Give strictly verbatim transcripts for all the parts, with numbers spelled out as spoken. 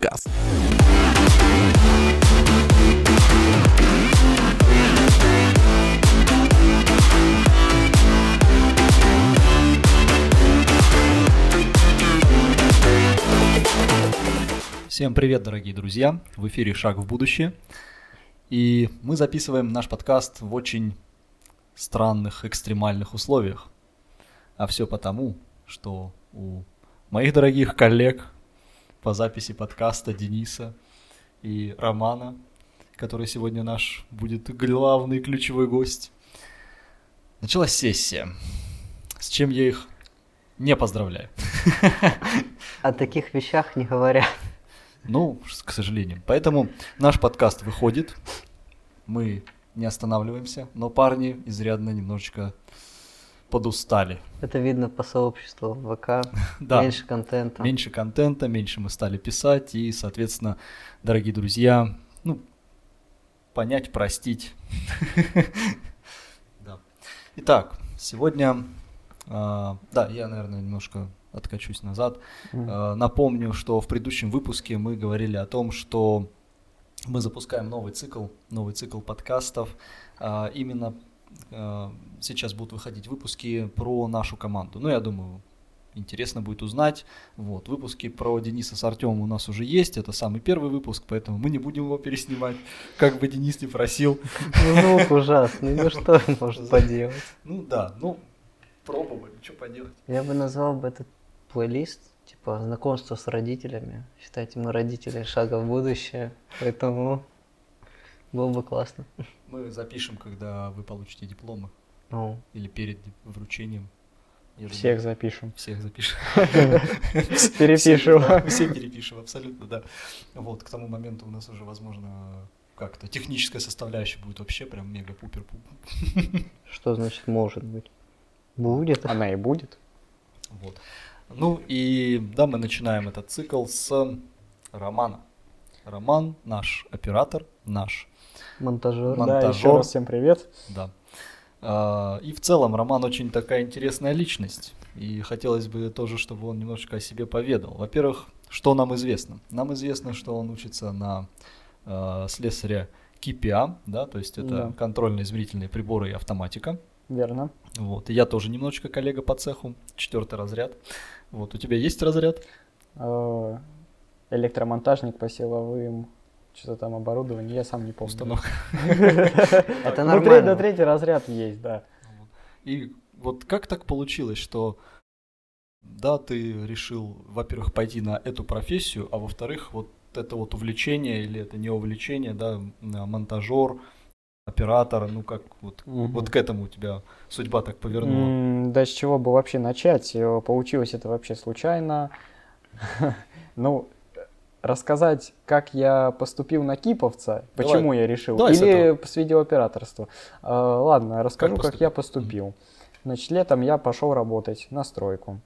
подкаст. Всем привет, дорогие друзья! В эфире «Шаг в будущее». И мы записываем наш подкаст в очень странных, экстремальных условиях. А все потому, что у моих дорогих коллег по записи подкаста Дениса и Романа, который сегодня наш будет главный ключевой гость, началась сессия, с чем я их не поздравляю. О таких вещах не говорят. Ну, к сожалению. Поэтому наш подкаст выходит, мы не останавливаемся, но парни изрядно немножечко подустали. Это видно по сообществу в ВК, да. меньше контента. Меньше контента, меньше мы стали писать, и, соответственно, дорогие друзья, ну, понять, простить. да. Итак, сегодня, э, да, я, наверное, немножко откачусь назад. Mm. Э, напомню, что в предыдущем выпуске мы говорили о том, что мы запускаем новый цикл, новый цикл подкастов. Э, именно э, сейчас будут выходить выпуски про нашу команду. Ну, я думаю, интересно будет узнать. Вот, выпуски про Дениса с Артемом у нас уже есть. Это самый первый выпуск, поэтому мы не будем его переснимать, как бы Денис не просил. Звук ужасный, ну что он может поделать? Ну да, ну пробовали, что поделать. Я бы назвал бы этот плейлист, типа знакомство с родителями. Считайте, мы родители «Шага в будущее», поэтому было бы классно. Мы запишем, когда вы получите дипломы. Ну. Или перед вручением. Я всех думаю, запишем. Всех запишем. Перепишем. Все перепишем, абсолютно, да. Вот, к тому моменту у нас уже, возможно, как-то техническая составляющая будет вообще прям мега-пупер-пупер. Что значит может быть? Будет. Она и будет. Вот. Ну и да, мы начинаем этот цикл с Романа. Роман наш оператор, наш монтажер. монтажер. Да, еще раз всем привет. Да. И в целом Роман очень такая интересная личность. И хотелось бы тоже, чтобы он немножечко о себе поведал. Во-первых, что нам известно? Нам известно, что он учится на э, слесаря кей пи эй, да, то есть это да. контрольно-измерительные приборы и автоматика. Верно. Вот. И я тоже немножечко коллега по цеху, четвертый разряд. Вот. У тебя есть разряд? Электромонтажник по силовым, что-то там оборудование, я сам не помню. Установка. Это нормально. До третий разряд есть, да. И вот как так получилось, что да, ты решил, во-первых, пойти на эту профессию, а во-вторых, вот это вот увлечение или это не увлечение, да, монтажер, оператор, ну как вот, угу. вот к этому у тебя судьба так повернула? М, да с чего бы вообще начать? Получилось это вообще случайно. Ну, рассказать, как я поступил на киповца, Давай. Почему я решил, Давай или с видеооператорства. А, ладно, расскажу, как, как я поступил. Mm-hmm. Значит, летом я пошел работать на стройку.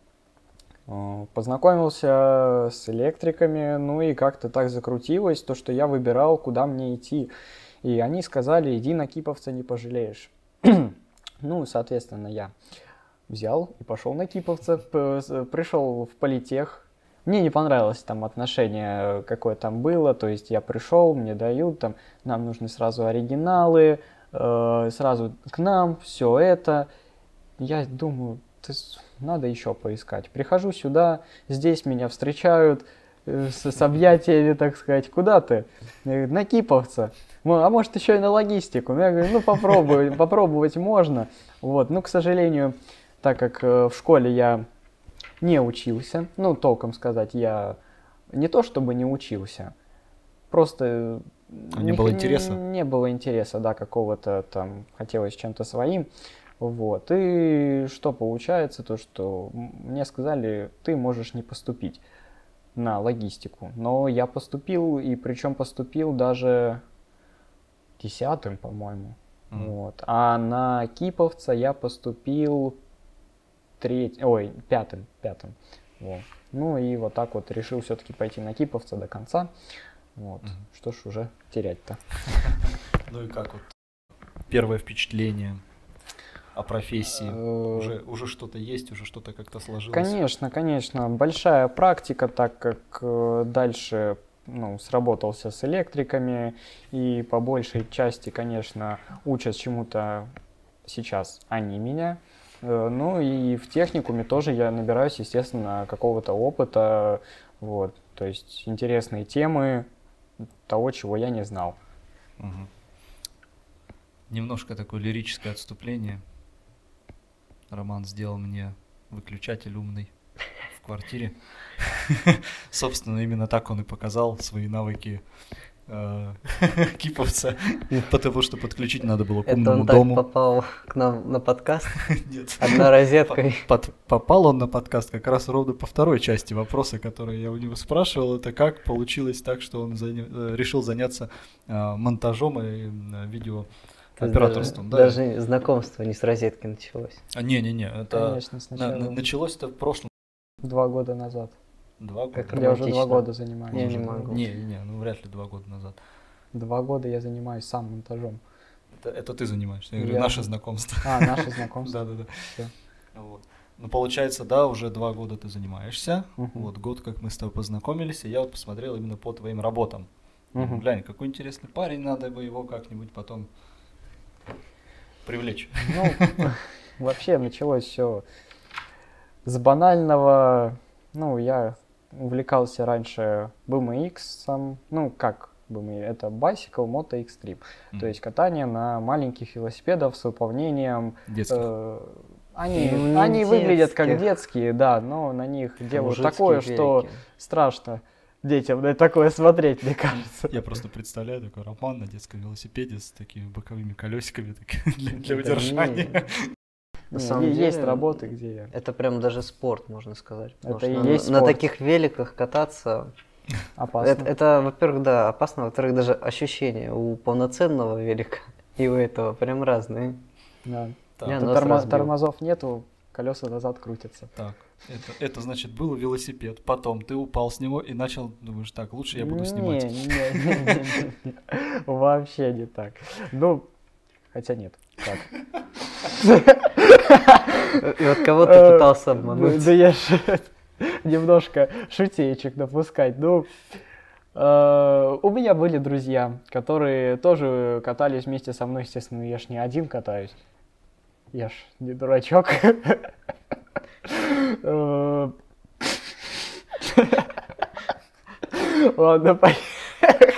Познакомился с электриками, ну и как-то так закрутилось, то, что я выбирал, куда мне идти. И они сказали, иди на киповца, не пожалеешь. Ну, соответственно, я взял и пошел на киповца, пришел в политех. Мне не понравилось там отношение, какое там было, то есть я пришел, мне дают, там, нам нужны сразу оригиналы, э, сразу к нам, все это. Я думаю, надо еще поискать. Прихожу сюда, здесь меня встречают э, с, с объятиями, так сказать, куда ты? Я говорю, на киповца. А может еще и на логистику. Я говорю, ну попробуй, попробовать можно. Вот. Ну, к сожалению, так как э, в школе я не учился, ну, толком сказать, я не то чтобы не учился, просто а не, не было интереса? Не, не было интереса, да, какого-то там, хотелось чем-то своим. Вот. И что получается, то что мне сказали, ты можешь не поступить на логистику. Но я поступил, и причем поступил даже десятым, по-моему. Mm. Вот. А на киповца я поступил треть... Ой, пятым. пятым. Вот. Ну и вот так вот решил все-таки пойти на киповца до конца. Вот. Mm. Что ж уже терять-то. Ну и как вот первое впечатление о профессии? Уже, уже что-то есть, уже что-то как-то сложилось? Конечно, конечно. Большая практика, так как дальше ну, сработался с электриками, и по большей части, конечно, учат чему-то сейчас они меня. Ну и в техникуме тоже я набираюсь, естественно, какого-то опыта, вот, то есть интересные темы того, чего я не знал. Угу. Немножко такое лирическое отступление. Роман сделал мне выключатель умный в квартире. Собственно, именно так он и показал свои навыки киповца, потому что подключить надо было к умному дому. Это он так попал к нам на подкаст? Нет. Одной розеткой? Попал он на подкаст как раз ровно по второй части вопроса, который я у него спрашивал. Это как получилось так, что он решил заняться монтажом и видеооператорством. Даже знакомство не с розетки началось. Не-не-не, это Конечно, сначала. Началось это в прошлом. Два года назад. Два года? Как я уже два года занимаюсь. Я не могу. Не-не-не, ну вряд ли два года назад. Два года я занимаюсь сам монтажом. Это, это ты занимаешься? Я говорю, я... наше знакомство. А, наше знакомство. Да-да-да. Вот. Ну, получается, да, уже два года ты занимаешься. Uh-huh. Вот год, как мы с тобой познакомились, и я вот посмотрел именно по твоим работам. Uh-huh. Глянь, какой интересный парень, надо бы его как-нибудь потом привлечь. Ну, вообще началось все с банального. Ну, я увлекался раньше би эм икс, ну, как би эм икс, это Bicycle Moto Extreme, mm-hmm. то есть катание на маленьких велосипедах с выполнением... Детских. Э, они ну, они детских. Выглядят как детские, да, но на них делают Мужицкие такое, велики. Что страшно детям на такое смотреть, мне кажется. Я просто представляю такой Роман на детском велосипеде с такими боковыми колесиками для, для удержания. На самом деле, есть работы, где я... Это прям даже спорт, можно сказать. Это и на, есть на спорт. таких великах кататься... Опасно. Это, это, во-первых, да, опасно. Во-вторых, даже ощущения у полноценного велика и у этого прям разные. Да. Я Тормо- тормозов нету, колеса назад крутятся. Так, это, это значит, был велосипед, потом ты упал с него и начал, думаешь, так, лучше я буду снимать. Не, не, не, не. Вообще не так. Ну, хотя нет. Так. И вот кого ты пытался обмануть? Да я же немножко шутеечек напускать. Ну, у меня были друзья, которые тоже катались вместе со мной. Естественно, я ж не один катаюсь. Я ж не дурачок. Ладно, поехали.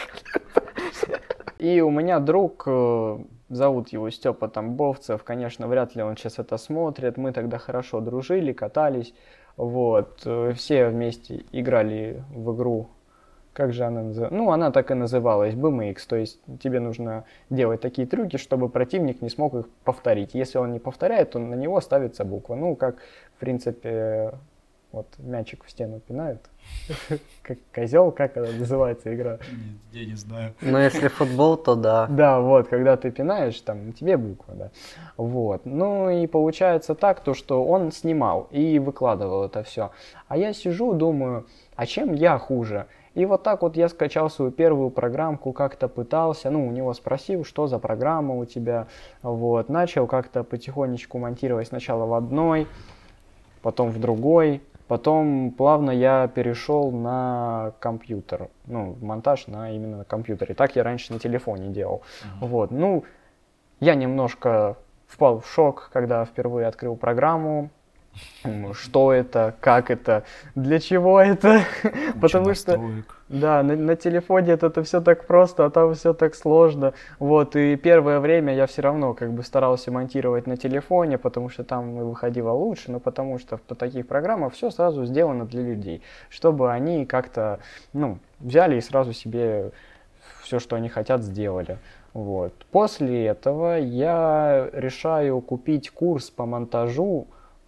И у меня друг, зовут его Степа Тамбовцев, конечно, вряд ли он сейчас это смотрит. Мы тогда хорошо дружили, катались. Вот, все вместе играли в игру. Как же она называлась? Ну, она так и называлась, би эм икс. То есть тебе нужно делать такие трюки, чтобы противник не смог их повторить. Если он не повторяет, то на него ставится буква. Ну, как, в принципе, вот мячик в стену пинают. Как козел, как она называется игра? Нет, я не знаю. Ну, если футбол, то да. Да, вот, когда ты пинаешь, там, тебе буква, да. Вот. Ну, и получается так, то, что он снимал и выкладывал это все. А я сижу, думаю, а чем я хуже? И вот так вот я скачал свою первую программку, как-то пытался, ну, у него спросил, что за программа у тебя, вот, начал как-то потихонечку монтировать сначала в одной, потом в другой, потом плавно я перешел на компьютер, ну, монтаж на именно на компьютере, так я раньше на телефоне делал, uh-huh. вот, ну, я немножко впал в шок, когда впервые открыл программу. Что это, как это, для чего это, куча потому настроек. Что, да, на, на телефоне это, это все так просто, а там все так сложно, вот, и первое время я все равно как бы старался монтировать на телефоне, потому что там выходило лучше, но потому что по таких программах все сразу сделано для людей, чтобы они как-то, ну, взяли и сразу себе все, что они хотят, сделали. Вот. После этого я решаю купить курс по монтажу.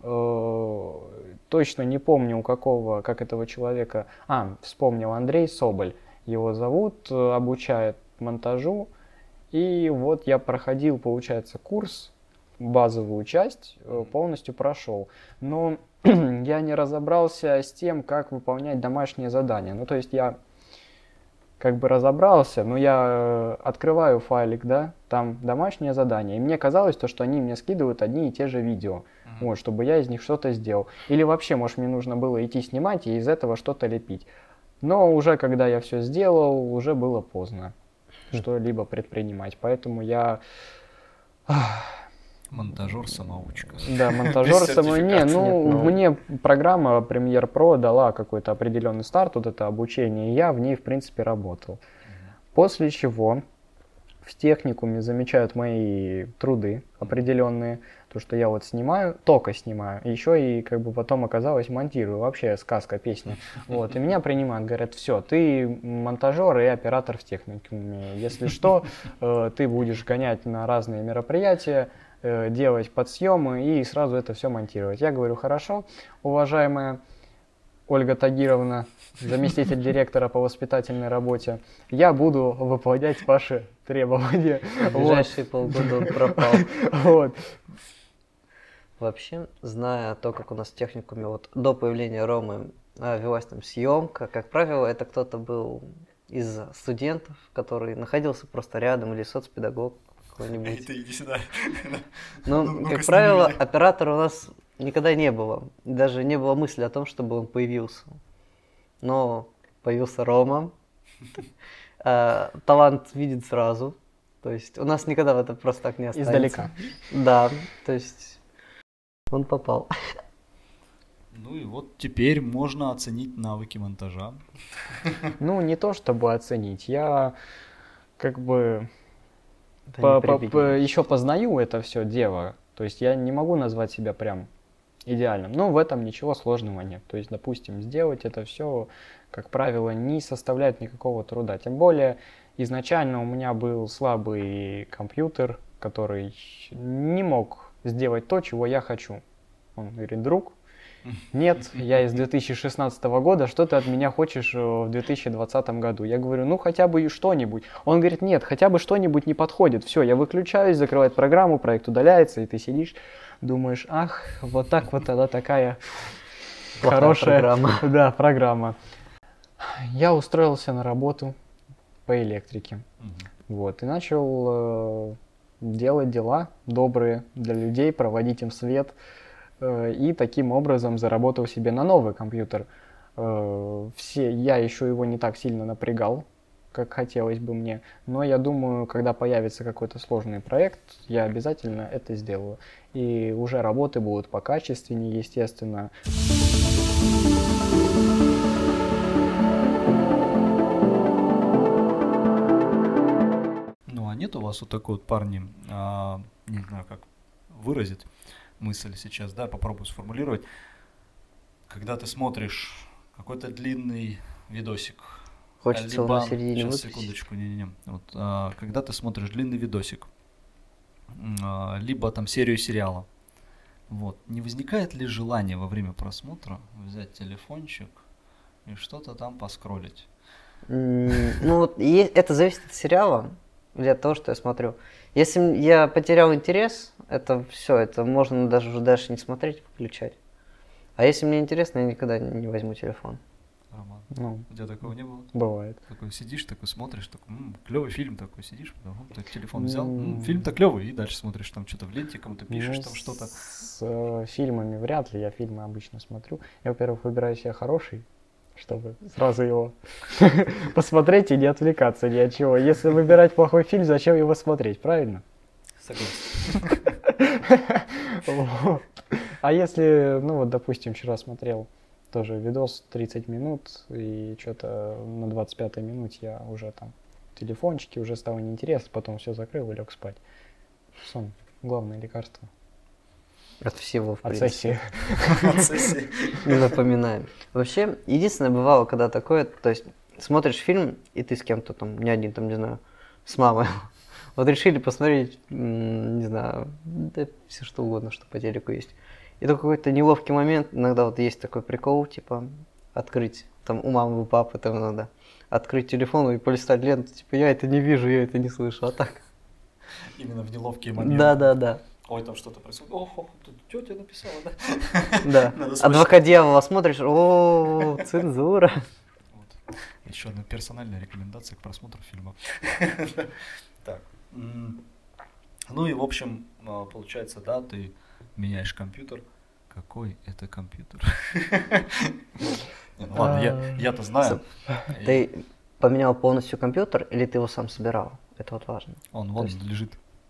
Точно не помню, у какого, как этого человека. А, вспомнил, Андрей Соболь. Его зовут, обучает монтажу. И вот я проходил, получается, курс, базовую часть полностью прошел. Но я не разобрался с тем, как выполнять домашние задания. Ну, то есть я как бы разобрался, но я открываю файлик, да, там домашнее задание, и мне казалось, то, что они мне скидывают одни и те же видео, uh-huh. вот, чтобы я из них что-то сделал. Или вообще, может, мне нужно было идти снимать и из этого что-то лепить. Но уже когда я все сделал, уже было поздно что-либо предпринимать. Поэтому я... Монтажер-самоучка. Да, монтажер самой. Не, ну, Нет, ну. мне программа Premiere Pro дала какой-то определенный старт, вот это обучение, и я в ней, в принципе, работал. После чего в техникуме замечают мои труды определенные, то, что я вот снимаю, только снимаю, еще и как бы потом оказалось монтирую, вообще сказка, песня. Вот, и меня принимают, говорят, все, ты монтажер и оператор в техникуме, если что, э, ты будешь гонять на разные мероприятия, э, делать подсъемы и сразу это все монтировать. Я говорю, хорошо, уважаемая Ольга Тагировна, заместитель директора по воспитательной работе, я буду выполнять ваши требования. В ближайшие полгода он пропал. Вот. Вообще, зная то, как у нас в техникуме, вот до появления Ромы а, велась там съемка, как правило, это кто-то был из студентов, который находился просто рядом, или соцпедагог какой-нибудь. Ты иди сюда. Ну, как правило, оператора у нас никогда не было. Даже не было мысли о том, чтобы он появился. Но появился Рома. Талант видит сразу. То есть у нас никогда в это просто так не останется. Издалека. Да, то есть он попал. Ну и вот теперь можно оценить навыки монтажа. Ну, не то чтобы оценить, я как бы Да по- не по- прибедняйся. по- еще познаю это все дело. То есть я не могу назвать себя прям идеальным. Но в этом ничего сложного нет. То есть, допустим, сделать это все, как правило, не составляет никакого труда. Тем более, изначально у меня был слабый компьютер, который не мог сделать то, чего я хочу. Он говорит, друг, нет, я из две тысячи шестнадцатого года, что ты от меня хочешь в две тысячи двадцатом году? Я говорю, ну хотя бы и что-нибудь. Он говорит, нет, хотя бы что-нибудь не подходит. Все, я выключаюсь, закрывает программу, проект удаляется, и ты сидишь, думаешь, ах, вот так вот тогда такая Плохая хорошая программа. Да, программа. Я устроился на работу по электрике. Вот, и начал э, делать дела добрые для людей, проводить им свет. Э, и таким образом заработал себе на новый компьютер. Э, все, я еще его не так сильно напрягал, как хотелось бы мне. Но я думаю, когда появится какой-то сложный проект, я обязательно это сделаю. И уже работы будут покачественнее, естественно. Ну, а нет у вас вот такой вот, парни, а, не знаю, как выразить мысль сейчас, да, попробую сформулировать. Когда ты смотришь какой-то длинный видосик, Хочется его либо, на середине сейчас, выключить. секундочку, не-не-не, вот, а, когда ты смотришь длинный видосик, а, либо там серию сериала, вот, не возникает ли желание во время просмотра взять телефончик и что-то там поскроллить? М, Ну, вот е- это зависит от сериала или от того, что я смотрю. Если м- я потерял интерес, это все, это можно даже уже дальше не смотреть, выключать. А если мне интересно, я никогда не возьму телефон. Роман, Ну, у тебя такого не было? бывает. Такой сидишь, такой смотришь, такой, клевый фильм такой, сидишь, потом так телефон взял, М. «М, фильм-то клевый, и дальше смотришь, там что-то в ленте, кому-то пишешь, Ну, там что-то. С э, фильмами вряд ли, я фильмы обычно смотрю. Я, во-первых, выбираю себе хороший, чтобы сразу его посмотреть и не отвлекаться ни от чего. Если выбирать плохой фильм, зачем его смотреть, правильно? Согласен. Вот. А если, ну вот, допустим, вчера смотрел тоже видос тридцать минут, и что-то на двадцать пятой минуте я уже там в телефончике, уже стало неинтересно, потом все закрыл и лег спать. Сон — главное лекарство От всего, в от принципе. сессии. Не запоминаем. Вообще, единственное бывало, когда такое, то есть смотришь фильм, и ты с кем-то там, не один, там, не знаю, с мамой. Вот решили посмотреть, м, не знаю, да все что угодно, что по телеку есть. И то какой-то неловкий момент, иногда вот есть такой прикол, типа, открыть, там у мамы, у папы там надо, открыть телефон и полистать ленту, типа, я это не вижу, я это не слышу, а так. Именно в неловкие моменты. Да-да-да. Ой, там что-то происходит. Ох, тут тетя написала, да? Да. Надо срочно. Адвокат дьявола смотришь, о, цензура. Вот. Еще одна персональная рекомендация к просмотру фильма. Так. м, Ну и, в общем, а, получается, да, ты меняешь компьютер. какой это компьютер? Ладно, я-то знаю. Ты поменял полностью компьютер или ты его сам собирал? Это вот важно. Он вон лежит.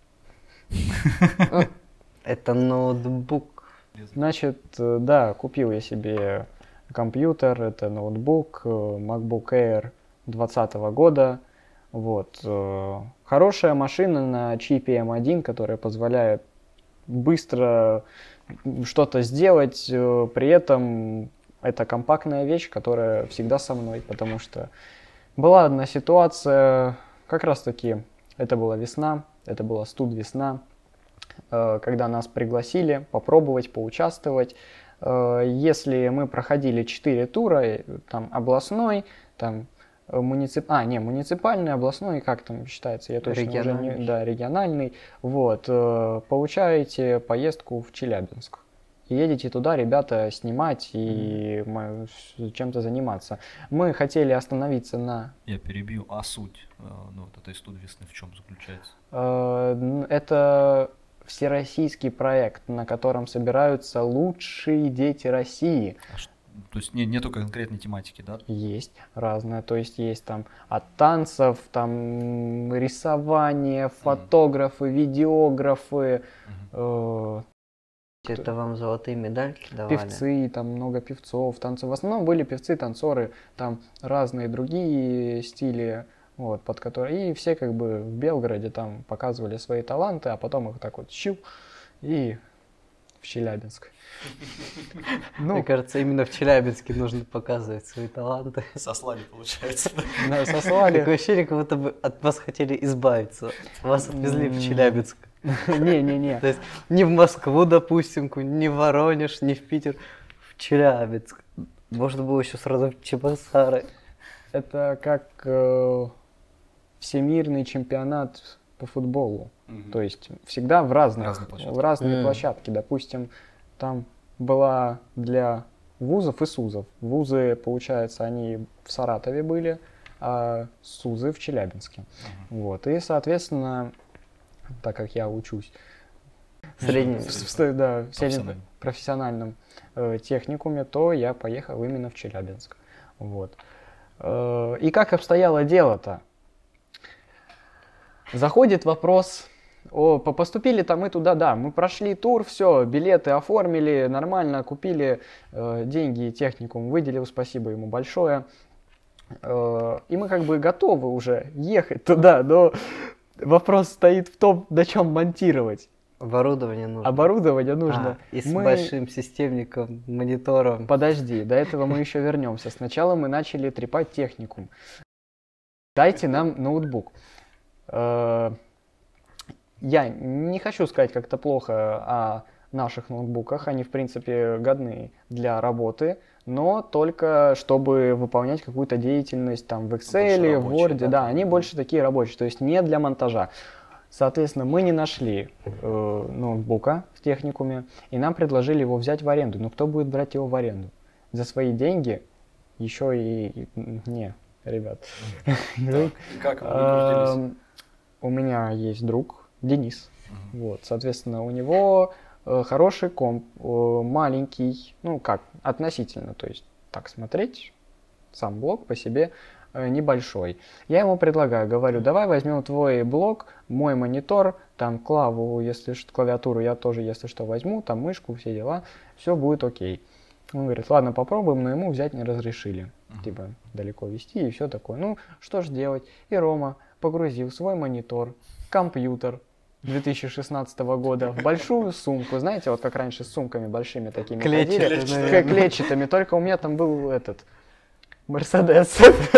Это ноутбук. Значит, да, купил я себе компьютер, это ноутбук, MacBook Air двадцатого года. Вот. Хорошая машина на чипе эм один, которая позволяет быстро что-то сделать, при этом это компактная вещь, которая всегда со мной, потому что была одна ситуация, как раз таки, это была весна, это была студ-весна, когда нас пригласили попробовать, поучаствовать. Если мы проходили четыре тура, там областной, там муницип... а, не, муниципальный, областной, как там считается, я точно уже не... Да, региональный, вот, получаете поездку в Челябинск. И едете туда, ребята, снимать и mm-hmm. чем-то заниматься. Мы хотели остановиться на... Я перебью, а суть ну, вот этой студ-весны в чем заключается? Это всероссийский проект, на котором собираются лучшие дети России. А что? То есть не, нету конкретной тематики, да? Есть разное, то есть есть там от танцев, там рисование, фотографы, mm-hmm. видеографы. Mm-hmm. Э- Это вам золотые медальки давали? Певцы, там много певцов, танцев. В основном были певцы, танцоры, там разные другие стили, вот, под которые... И все как бы в Белгороде там показывали свои таланты, а потом их так вот щу и в Челябинск. Мне кажется, именно в Челябинске нужно показывать свои таланты. Сослали, получается. Да, сослали. Такое ощущение, как будто бы от вас хотели избавиться. Вас отвезли в Челябинск. Не-не-не. То есть не в Москву, допустим, не в Воронеж, не в Питер, в Челябинск. Можно было еще сразу в Чебоксары. Это как э, всемирный чемпионат по футболу. Mm-hmm. То есть всегда в разных, разные площадки. В разные mm. площадки. Допустим, там была для вузов и СУЗов. Вузы, получается, они в Саратове были, а СУЗы в Челябинске. Mm-hmm. Вот. И, соответственно, так как я учусь Средний, в, в, да, в среднем профессиональном э, техникуме, то я поехал именно в Челябинск. Вот. Э, и как обстояло дело-то? Заходит вопрос, о, поступили-то мы туда, да, мы прошли тур, все, билеты оформили, нормально, купили, э, деньги техникум выделил, спасибо ему большое. Э, и мы как бы готовы уже ехать туда, но вопрос стоит в том, на чем монтировать. Оборудование нужно. Оборудование нужно. А, и с мы... большим системником, монитором. Подожди, до этого мы еще вернемся. Сначала мы начали трепать техникум. Дайте нам ноутбук. Я не хочу сказать как-то плохо о наших ноутбуках. Они, в принципе, годны для работы, но только чтобы выполнять какую-то деятельность там в Excel, в Word. Да, да, они больше такие рабочие, то есть не для монтажа. Соответственно, мы не нашли э, ноутбука в техникуме, и нам предложили его взять в аренду. Но кто будет брать его в аренду? За свои деньги еще и... Не, ребят. Как вы выкрутились? У меня есть друг, Денис. Вот, соответственно, у него хороший комп, маленький, ну как, относительно, то есть так смотреть, сам блок по себе небольшой. Я ему предлагаю, говорю, давай возьмем твой блок, мой монитор, там клаву, если что, клавиатуру я тоже, если что, возьму, там мышку, все дела, все будет окей. Он говорит, ладно, попробуем, но ему взять не разрешили. Uh-huh. Типа, далеко вести и все такое. Ну, что ж делать? И Рома погрузил свой монитор, компьютер две тысячи шестнадцатого года в большую сумку. Знаете, вот как раньше с сумками большими такими ходили? Клетчатыми, клетчатыми, только у меня там был этот, Мерседес.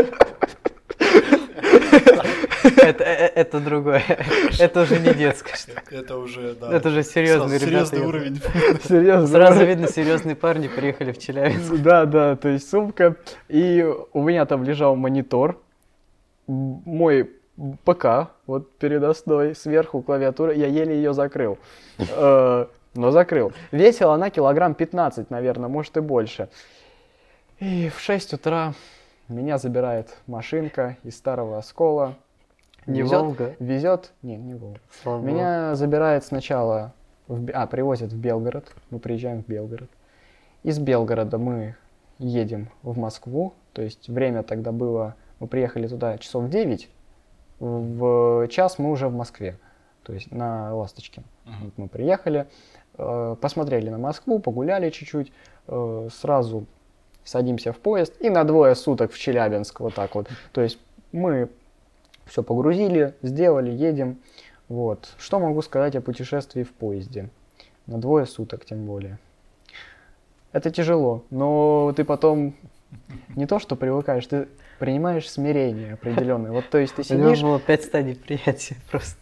Это, это другое. Это уже не детское. Это уже, да. Это уже серьезный, серьезный уровень. Серьезный Сразу уровень. видно, серьезные парни приехали в Челябинск. Да, да, то есть сумка. И у меня там лежал монитор, мой ПК, вот переносной, сверху клавиатура, я еле ее закрыл. Но закрыл. Весила она килограмм пятнадцать, наверное, может и больше. И в шесть утра меня забирает машинка из Старого Оскола. Не везет, Волга? Везет, не, не Волга. Слава Меня Богу. Забирает сначала, в, а, привозят в Белгород, мы приезжаем в Белгород. Из Белгорода мы едем в Москву, то есть время тогда было, мы приехали туда часов в девять, в час мы уже в Москве, то есть на «Ласточке». Uh-huh. Вот мы приехали, э, посмотрели на Москву, погуляли чуть-чуть, э, сразу садимся в поезд и на двое суток в Челябинск, вот так вот. То есть мы все погрузили, сделали, едем. Вот. Что могу сказать о путешествии в поезде? На двое суток тем более. Это тяжело, но ты потом не то что привыкаешь, ты принимаешь смирение определенное. Вот, то есть ты сидишь... У него было пять стадий приятия просто.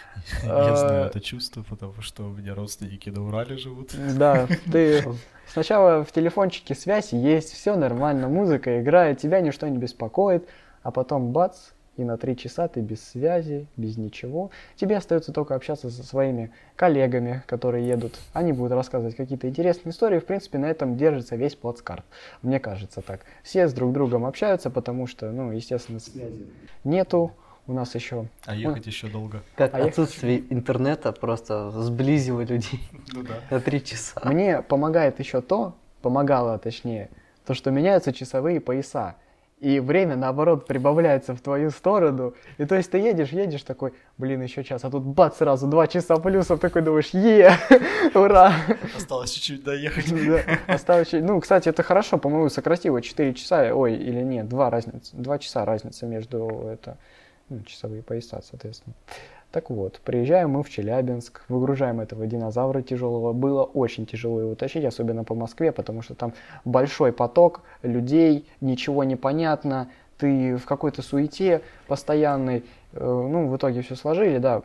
Я знаю это чувство, потому что у меня родственники на Урале живут. Да, ты сначала в телефончике связь есть, все нормально, музыка играет, тебя ничто не беспокоит, а потом бац, и на три часа ты без связи, без ничего. Тебе остается только общаться со своими коллегами, которые едут. Они будут рассказывать какие-то интересные истории. В принципе, на этом держится весь плацкарт. Мне кажется так. Все с друг другом общаются, потому что, ну, естественно, связи нету. У нас еще... А ехать ну, еще долго. Как а отсутствие ехать... интернета просто сблизило людей ну, да. на три часа. Мне помогает еще то, помогало точнее, то, что меняются часовые пояса. И время, наоборот, прибавляется в твою сторону. И то есть ты едешь, едешь такой, блин, еще час, а тут бац, сразу два часа плюсов, такой думаешь, е, ура. Осталось чуть-чуть доехать. Да, осталось чуть... Ну, кстати, это хорошо, по-моему, сократило четыре часа, ой, или нет, два разница, два часа разница между, это, ну, часовые пояса, соответственно. Так вот, приезжаем мы в Челябинск, выгружаем этого динозавра тяжелого. Было очень тяжело его тащить, особенно по Москве, потому что там большой поток людей, ничего не понятно, ты в какой-то суете постоянной. Ну, в итоге все сложили, да.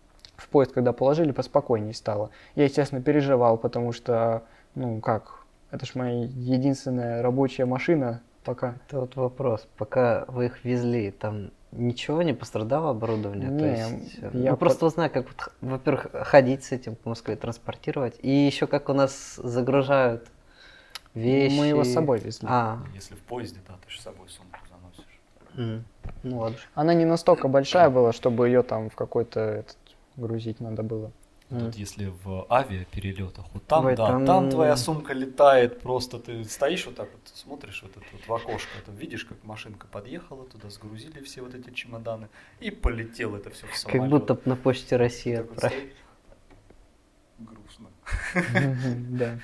В поезд, когда положили, поспокойнее стало. Я, естественно, переживал, потому что, ну, как, это ж моя единственная рабочая машина пока. Это вот вопрос, пока вы их везли, там... Ничего не пострадало оборудование? Не, То есть, я ну, просто узнаю, как, во-первых, ходить с этим по Москве, транспортировать, и еще как у нас загружают вещи. Мы его с собой везли. А. Если в поезде, да, ты же с собой сумку заносишь. Mm. Ну ладно. Она не настолько большая была, чтобы ее там в какой-то этот, грузить надо было. Тут mm. если в авиаперелетах, вот там, Ой, да, там... там твоя сумка летает, просто ты стоишь вот так вот, смотришь вот это вот в окошко, ты видишь, как машинка подъехала, туда сгрузили все вот эти чемоданы, и полетело это все в самолет. Как будто на почте России отправили. Грустно. Да.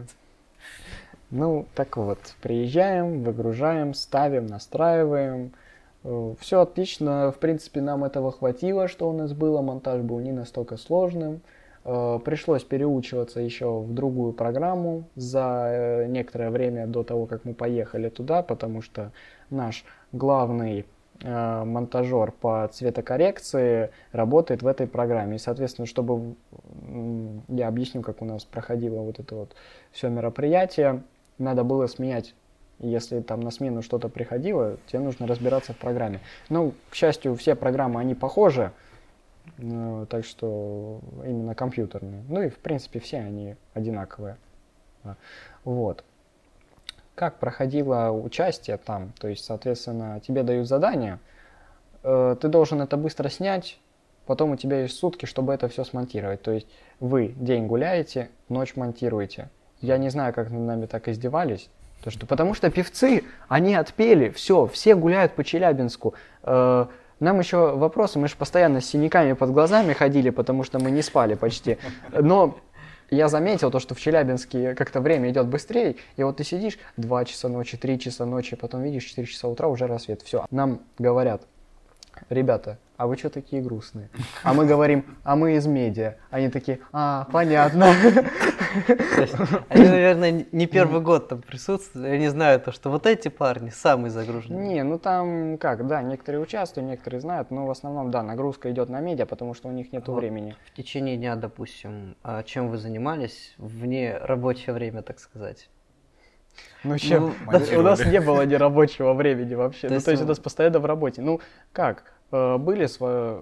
Ну, так вот, приезжаем, выгружаем, ставим, настраиваем. Все отлично, в принципе, нам этого хватило, что у нас было, монтаж был не настолько сложным. Пришлось переучиваться еще в другую программу за некоторое время до того, как мы поехали туда, потому что наш главный монтажер по цветокоррекции работает в этой программе. И, соответственно, чтобы я объясню, как у нас проходило вот это вот все мероприятие, надо было сменять. Если там на смену что-то приходило, тебе нужно разбираться в программе. Ну, к счастью, все программы, они похожи, э, так что именно компьютерные. Ну и, в принципе, все они одинаковые. Вот. Как проходило участие там? То есть, соответственно, тебе дают задание, э, ты должен это быстро снять, потом у тебя есть сутки, чтобы это все смонтировать. То есть вы день гуляете, ночь монтируете. Я не знаю, как над нами так издевались. То, что, потому что певцы, они отпели, все, все гуляют по Челябинску. Э, нам еще вопросы, мы же постоянно с синяками под глазами ходили, потому что мы не спали почти. Но я заметил то, что в Челябинске как-то время идет быстрее, и вот ты сидишь два часа ночи, три часа ночи, потом видишь четыре часа утра, уже рассвет. Все, нам говорят, ребята, а вы что такие грустные? А мы говорим, а мы из медиа. Они такие, а, понятно. Они, наверное, не первый год там присутствуют, я не знаю, то, что вот эти парни самые загруженные. Не, ну там как, да, некоторые участвуют, некоторые знают, но в основном, да, нагрузка идет на медиа, потому что у них нет времени. В течение дня, допустим, чем вы занимались вне рабочее время, так сказать? Ну, чем? У нас не было нерабочего времени вообще. Ну, то есть у нас постоянно в работе. Ну, как? Были свои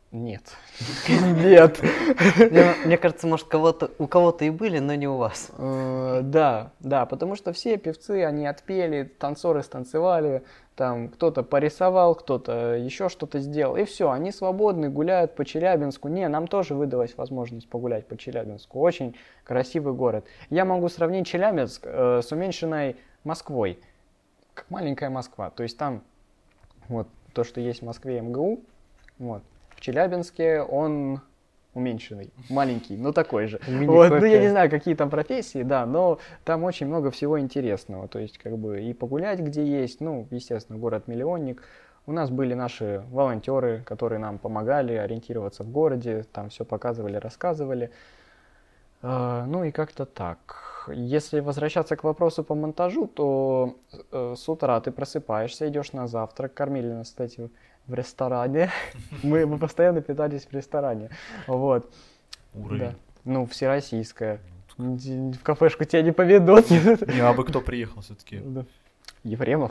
Нет. Нет. Мне, мне кажется, может, кого-то, у кого-то и были, но не у вас. Э, Да, да, потому что все певцы, они отпели, танцоры станцевали, там кто-то порисовал, кто-то еще что-то сделал, и все, они свободны, гуляют по Челябинску. Не, нам тоже выдалась возможность погулять по Челябинску, очень красивый город. Я могу сравнить Челябинск э, с уменьшенной Москвой, как маленькая Москва, то есть там вот то, что есть в Москве эм гэ у, вот, в Челябинске он уменьшенный, маленький, но такой же. Вот, ну, я не знаю, какие там профессии, да, но там очень много всего интересного. То есть, как бы, и погулять где есть, ну, естественно, город-миллионник. У нас были наши волонтеры, которые нам помогали ориентироваться в городе, там все показывали, рассказывали. Uh, ну и как-то так. Если возвращаться к вопросу по монтажу, то uh, с утра ты просыпаешься, идешь на завтрак. Кормили нас, кстати, в ресторане. мы, мы постоянно питались в ресторане. Вот. Уровень. Да. Ну, всероссийская. В кафешку тебя не поведут. Не, а бы кто приехал все-таки? Ефремов.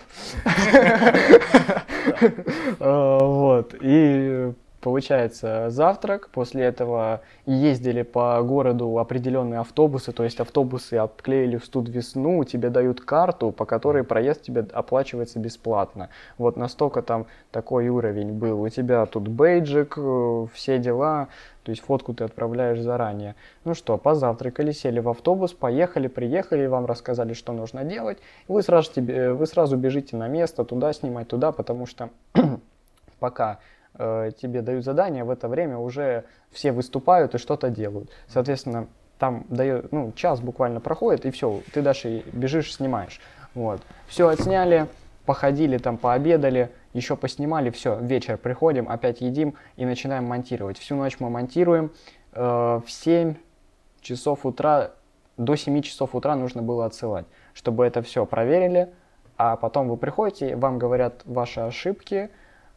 Вот. И получается завтрак, после этого ездили по городу определенные автобусы, то есть автобусы обклеили в студ-весну, тебе дают карту, по которой проезд тебе оплачивается бесплатно. Вот настолько там такой уровень был. У тебя тут бейджик, все дела, то есть фотку ты отправляешь заранее. Ну что, позавтракали, сели в автобус, поехали, приехали, вам рассказали, что нужно делать. Вы сразу, тебе, вы сразу бежите на место, туда снимать, туда, потому что пока тебе дают задание, в это время уже все выступают и что-то делают. Соответственно, там дает, ну, час буквально проходит, и все, ты дальше бежишь, снимаешь. Вот. Все отсняли, походили там, пообедали, еще поснимали, все, вечер приходим, опять едим и начинаем монтировать. Всю ночь мы монтируем, э, в семь часов утра, до семи часов утра нужно было отсылать, чтобы это все проверили, а потом вы приходите, вам говорят ваши ошибки,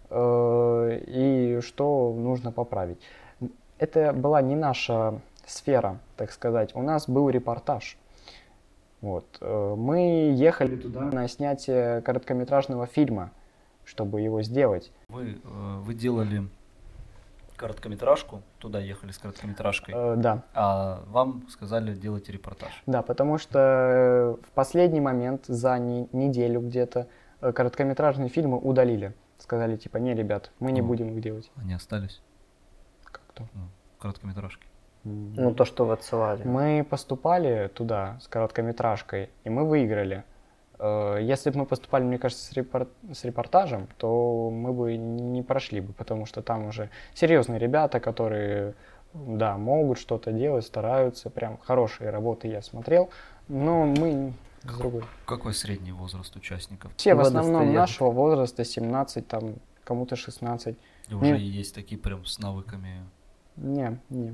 и что нужно поправить. Это была не наша сфера, так сказать. У нас был репортаж. Вот. Мы ехали туда на снятие короткометражного фильма, чтобы его сделать. Вы, вы делали короткометражку, туда ехали с короткометражкой, э, да. А вам сказали делать репортаж. Да, потому что в последний момент, за не, неделю где-то, короткометражные фильмы удалили. Сказали, типа, не, ребят, мы не ну, будем их делать. Они остались? Как-то. Ну, короткометражки. Ну, то, что вы отсылали. Мы поступали туда с короткометражкой, и мы выиграли. Если бы мы поступали, мне кажется, с, репор... с репортажем, то мы бы не прошли бы, потому что там уже серьезные ребята, которые, да, могут что-то делать, стараются, прям хорошие работы я смотрел, но мы... С другой. Какой средний возраст участников? Все в основном нашего возраста, семнадцать, там, кому-то шестнадцать. И уже не... есть такие прям с навыками? Не, не.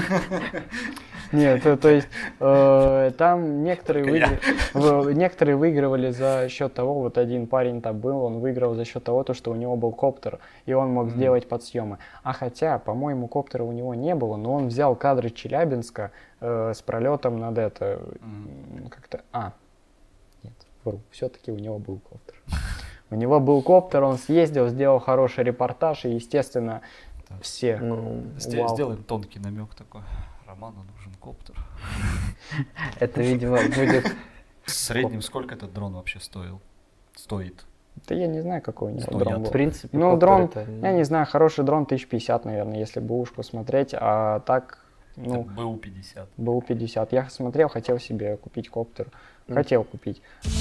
Нет, то, то есть э, там некоторые, выигр... некоторые выигрывали за счет того, вот один парень там был, он выиграл за счет того, то, что у него был коптер, и он мог mm-hmm. сделать подсъемы. А хотя, по-моему, коптера у него не было, но он взял кадры Челябинска э, с пролетом над это, mm-hmm. как-то, а, нет, вру, все-таки у него был коптер. У него был коптер, он съездил, сделал хороший репортаж, и, естественно, так. все. Ну, Сдел- сделаем тонкий намек такой. Роману нужен коптер. Это, видимо, будет... В среднем сколько этот дрон вообще стоил? Стоит? Да я не знаю, какой у него дрон был. В принципе, ну, дрон, я не знаю, хороший дрон тысяч пятьдесят, наверное, если бэушку смотреть, а так... Ну, бэ у пятьдесят. бэ у пятьдесят. Я смотрел, хотел себе купить коптер. Mm. Хотел купить.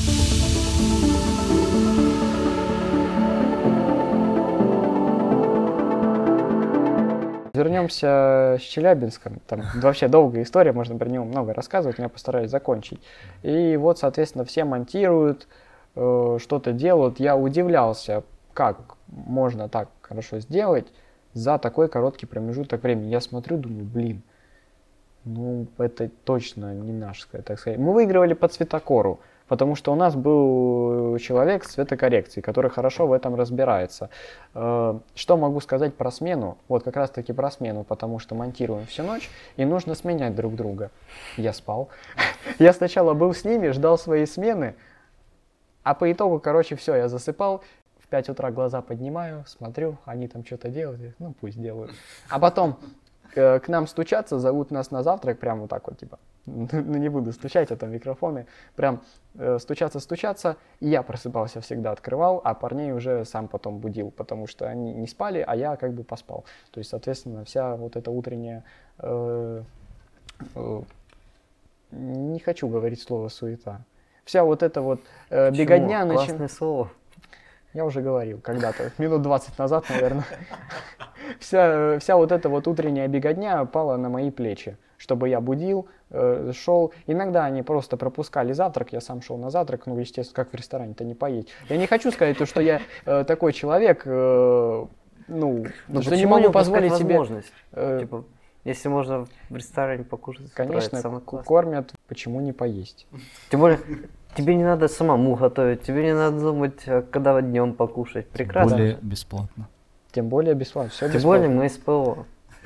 Вернемся с Челябинском. Там вообще долгая история, можно про него много рассказывать, но я постараюсь закончить. И вот, соответственно, все монтируют, э, что-то делают. Я удивлялся, как можно так хорошо сделать за такой короткий промежуток времени. Я смотрю, думаю, блин, ну это точно не наш, так сказать. Мы выигрывали по цветокору, потому что у нас был человек с цветокоррекцией, который хорошо в этом разбирается. Что могу сказать про смену? Вот как раз таки про смену, потому что монтируем всю ночь и нужно сменять друг друга. Я спал. Я сначала был с ними, ждал своей смены, а по итогу, короче, все, я засыпал. в пять утра глаза поднимаю, смотрю, они там что-то делают, ну пусть делают. А потом э, к нам стучатся, зовут нас на завтрак, прям вот так вот, типа, ну не буду стучать, это микрофоны, прям э, стучаться, стучаться, и я просыпался всегда, открывал, а парней уже сам потом будил, потому что они не спали, а я как бы поспал. То есть, соответственно, вся вот эта утренняя, э, э, не хочу говорить слово суета, вся вот эта вот э, беготня начинается. Классное слово. Я уже говорил когда-то, минут двадцать назад, наверное. Вся, вся вот эта вот утренняя беготня пала на мои плечи, чтобы я будил, э, шел. Иногда они просто пропускали завтрак, я сам шел на завтрак, ну, естественно, как в ресторане-то не поесть. Я не хочу сказать, то, что я э, такой человек, э, ну, Но что не могу позволить себе... возможность? Э, типа, если можно в ресторане покушать, конечно, кормят, почему не поесть? Тем более, тебе не надо самому готовить, тебе не надо думать, когда днем покушать. Прекрасно. Тем более бесплатно. Тем более бесплатно, все Тем бесплатно. более мы СПО.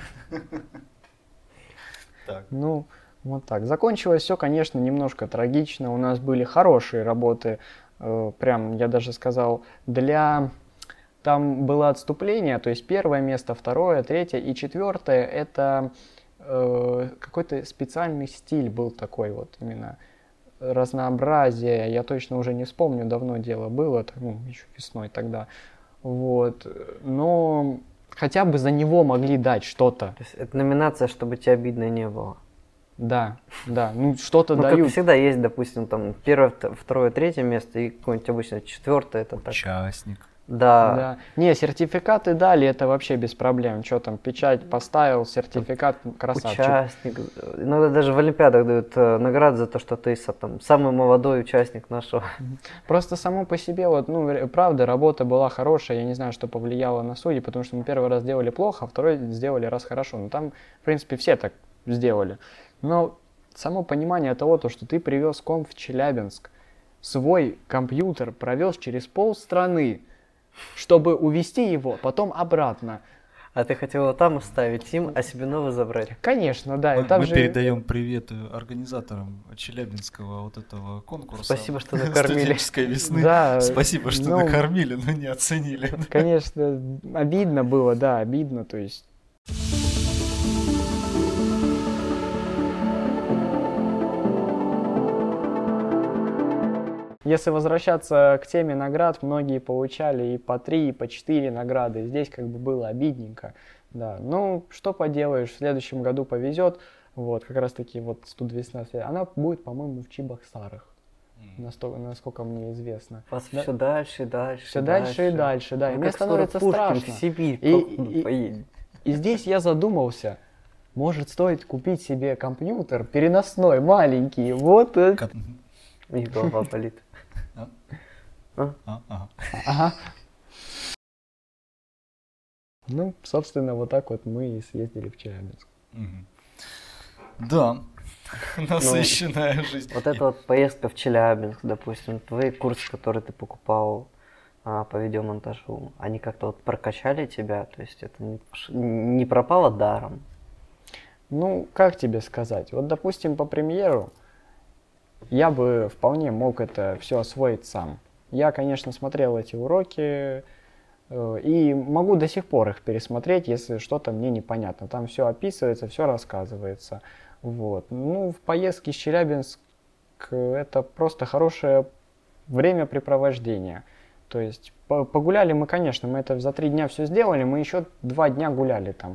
Так. Ну, вот так. Закончилось все, конечно, немножко трагично. У нас были хорошие работы, э, прям, я даже сказал, для... Там было отступление, то есть первое место, второе, третье и четвертое, это э, какой-то специальный стиль был такой вот именно, разнообразие, я точно уже не вспомню, давно дело было, ну, еще весной тогда, вот, но хотя бы за него могли дать что-то. То есть это номинация, чтобы тебе обидно не было. Да, да, ну что-то ну, дают. Как всегда есть, допустим, там первое, второе, третье место и какое-нибудь обычно четвертое, это так. Участник. Да. да. Не, сертификаты дали, это вообще без проблем. Что там, печать поставил, сертификат, красавчик. Участник. Иногда даже в Олимпиадах дают э, награды за то, что ты там самый молодой участник нашего. Просто само по себе, вот, ну, правда, работа была хорошая, я не знаю, что повлияло на судей, потому что мы первый раз сделали плохо, а второй сделали раз хорошо. Но там, в принципе, все так сделали. Но само понимание того, то, что ты привез комп в Челябинск, свой компьютер провез через полстраны, чтобы увезти его, потом обратно. А ты хотел его там оставить им, а себе новый забрать? Конечно, да. Мы, и там мы же... передаем привет организаторам Челябинского вот этого конкурса. Спасибо, что накормили. Студенческой весны. Да, Спасибо, что ну, накормили, но не оценили. Конечно, обидно было, да, обидно, то есть... Если возвращаться к теме наград, многие получали и по три, и по четыре награды. Здесь как бы было обидненько. Да. Ну, что поделаешь, в следующем году повезет. Вот, как раз таки вот студвесна, она будет, по-моему, в Чебоксарах. Mm. Настолько, насколько мне известно. Вас да? все дальше и дальше. Все дальше, дальше и дальше, да. Ну, и мне становится Пушкин страшно. В Сибирь и, и, и здесь я задумался. Может, стоит купить себе компьютер переносной, маленький. Вот это. И голова болит. А? А? А, ага. Ага. Ну, собственно, вот так вот мы и съездили в Челябинск. Угу. Да, насыщенная ну, жизнь. Вот эта вот поездка в Челябинск, допустим, твои курсы, которые ты покупал а, по видеомонтажу, они как-то вот прокачали тебя? То есть это не, не пропало даром? Ну, как тебе сказать? Вот, допустим, по премьеру я бы вполне мог это все освоить сам. Я, конечно, смотрел эти уроки э, и могу до сих пор их пересмотреть, если что-то мне непонятно. Там все описывается, все рассказывается. Вот. Ну, в поездке в Челябинск это просто хорошее времяпрепровождение. То есть погуляли мы, конечно, мы это за три дня все сделали, мы еще два дня гуляли там.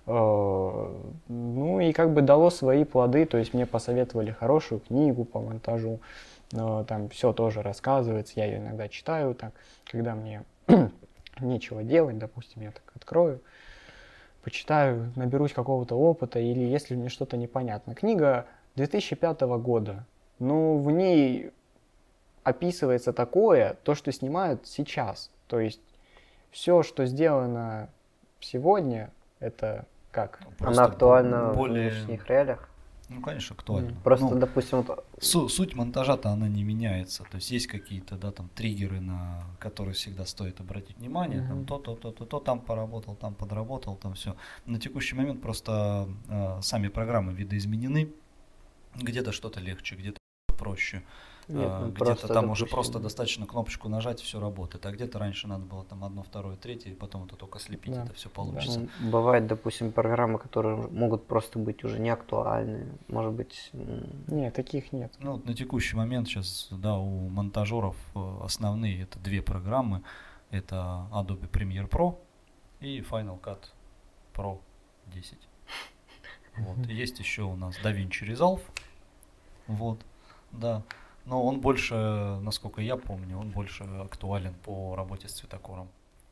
Ну и как бы дало свои плоды, то есть мне посоветовали хорошую книгу по монтажу, там все тоже рассказывается, я ее иногда читаю, так, когда мне нечего делать, допустим, я так открою, почитаю, наберусь какого-то опыта, или если мне что-то непонятно. Книга две тысячи пятого года, но в ней описывается такое, то, что снимают сейчас, то есть все, что сделано сегодня, это как? Просто она актуальна более... в нынешних реалиях? Ну, конечно, актуально. Просто, ну, допустим... Вот... Су- суть монтажа-то она не меняется. То есть есть какие-то, да, там, триггеры, на которые всегда стоит обратить внимание. Mm-hmm. Там то-то, то-то, то, там поработал, там подработал, там все. На текущий момент просто э, сами программы видоизменены. Где-то что-то легче, где-то проще. Нет, А, ну, где-то просто, там уже допустим, просто достаточно кнопочку нажать, все работает. А где-то раньше надо было там одно, второе, третье, и потом это только слепить, Да. это все получится. ну, бывает, допустим, программы, которые могут просто быть уже не актуальны. Может быть, м, Нет, таких нет. Ну, вот на текущий момент сейчас, да, у монтажеров э, основные это две программы. Это Adobe Premiere Pro и Final Cut Pro десять. Вот. И есть еще у нас DaVinci Resolve. Вот, да. Но он больше, насколько я помню, он больше актуален по работе с цветокором.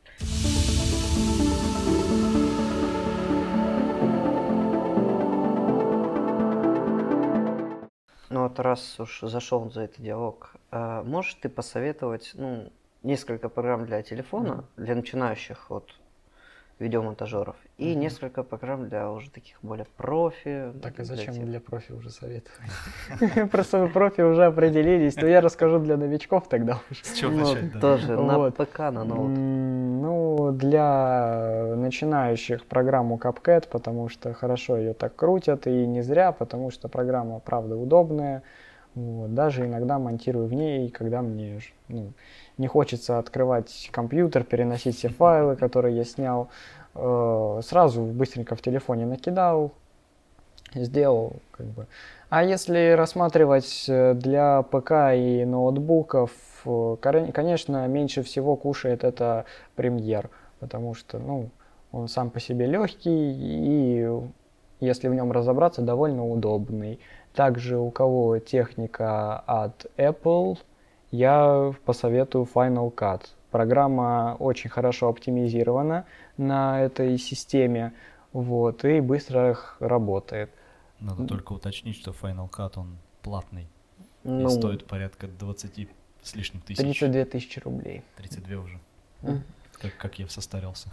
ну вот раз уж зашел за этот диалог, а можешь ты посоветовать, ну, несколько программ для телефона, для начинающих вот видеомонтажеров, и Мгм. несколько программ для уже таких более профи. Так, а для зачем тех. для профи уже советовать? Просто вы профи уже определились, но я расскажу для новичков тогда уже. С чего Ну, начать, да? тоже на Вот. ПК, на ноут. М, Ну, для начинающих программу CapCut, потому что хорошо ее так крутят, и не зря, потому что программа, правда, удобная. Вот. Даже иногда монтирую в ней, когда мне ж, ну, не хочется открывать компьютер, переносить все файлы, которые я снял. Э, Сразу быстренько в телефоне накидал, сделал, как бы. А если рассматривать э, для ПК и ноутбуков, э, кор- конечно, меньше всего кушает это Premiere, потому что, ну, он сам по себе легкий и, если в нем разобраться, довольно удобный. Также у кого техника от Apple, я посоветую Final Cut. Программа очень хорошо оптимизирована на этой системе, вот, и быстро х- работает. Надо только уточнить, что Final Cut он платный и Ну, стоит порядка двадцать с лишним тысяч. тридцать две тысячи рублей. тридцать два уже. М. Как, как я состарился.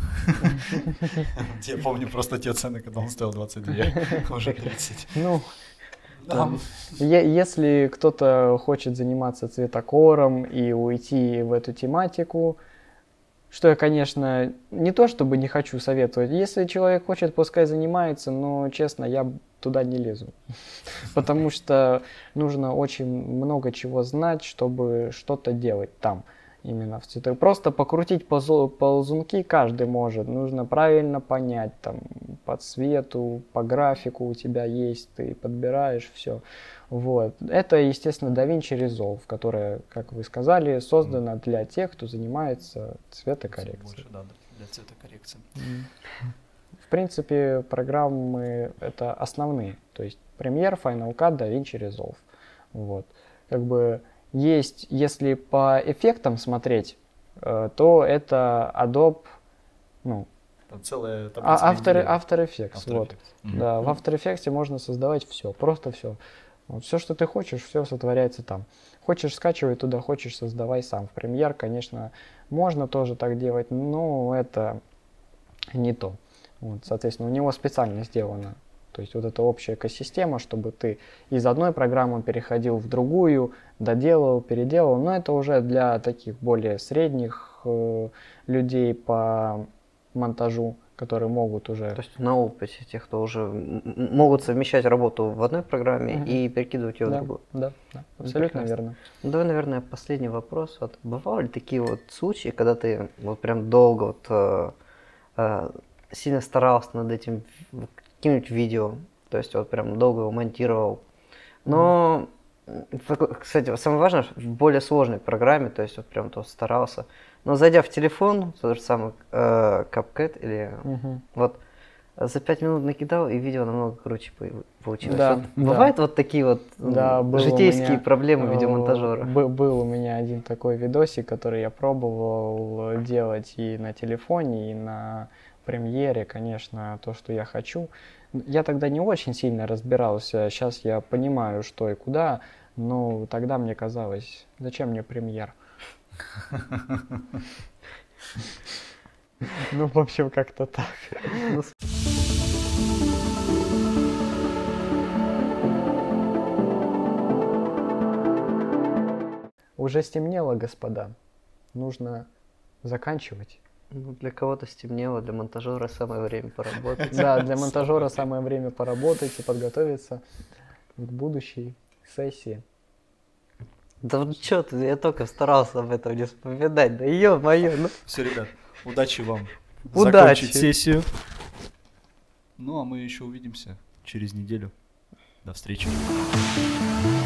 Я помню просто те цены, когда он стоил двадцать два, уже тридцать. Ну, Да. там, е- если кто-то хочет заниматься цветокором и уйти в эту тематику, что я, конечно, не то чтобы не хочу советовать. Если человек хочет, пускай занимается, но, честно, я б туда не лезу. Потому что нужно очень много чего знать, чтобы что-то делать там. Именно в цветах. Просто покрутить позо- ползунки каждый может. Нужно правильно понять, там, по цвету, по графику у тебя есть, ты подбираешь все. Вот. Это, естественно, DaVinci Resolve, которая, как вы сказали, создана для тех, кто занимается цветокоррекцией. Больше, да, для цветокоррекции. В принципе, программы это основные. То есть Premiere, Final Cut, DaVinci Resolve. Вот. Как бы есть, если по эффектам смотреть, э, то это Adobe, ну, Там целая а- таблица After, Менделеева. After Effects. After Вот. Effects. Мгм. Да, в After Effects можно создавать все, просто все. Вот, все, что ты хочешь, все сотворяется там. Хочешь скачивай туда, хочешь создавай сам. В Premiere, конечно, можно тоже так делать, но это не то. Вот, соответственно, у него специально сделано. То есть вот эта общая экосистема, чтобы ты из одной программы переходил в другую, доделал, переделал. Но это уже для таких более средних э, людей по монтажу, которые могут уже... то есть на опыте тех, кто уже м- м- могут совмещать работу в одной программе Мгм. и перекидывать ее в Да, другую. да, да, Ну, абсолютно прекрасно. верно. Ну, давай, наверное, последний вопрос. Вот бывали ли такие вот случаи, когда ты вот прям долго вот э, э, сильно старался над этим в- каким-нибудь видео, то есть вот прям долго его монтировал, но, м, в такой- кстати, самое важное, в более сложной программе, то есть вот прям то старался, но зайдя в телефон, тот же самый э, CapCut или Мгм. вот за пять минут накидал, и видео намного круче пой- получилось. Да, Вот да. бывают вот такие вот м, Да, был у житейские меня, проблемы э, видеомонтажера? бы- Был у меня один такой видосик, который я пробовал делать и на телефоне, и на премьере, конечно, то, что я хочу. Я тогда не очень сильно разбирался, сейчас я понимаю, что и куда, но тогда мне казалось, зачем мне премьер? Ну, в общем, как-то так. Ну, Уже стемнело, господа. Нужно заканчивать. Ну, для кого-то стемнело, для монтажера самое время поработать. Да, для монтажера самое время поработать и подготовиться к будущей сессии. Да вот что ты, я только старался об этом не вспоминать, да ё-моё, ну. Все, ребят, удачи вам Удачи. закончить сессию. Ну, а мы еще увидимся через неделю. До встречи.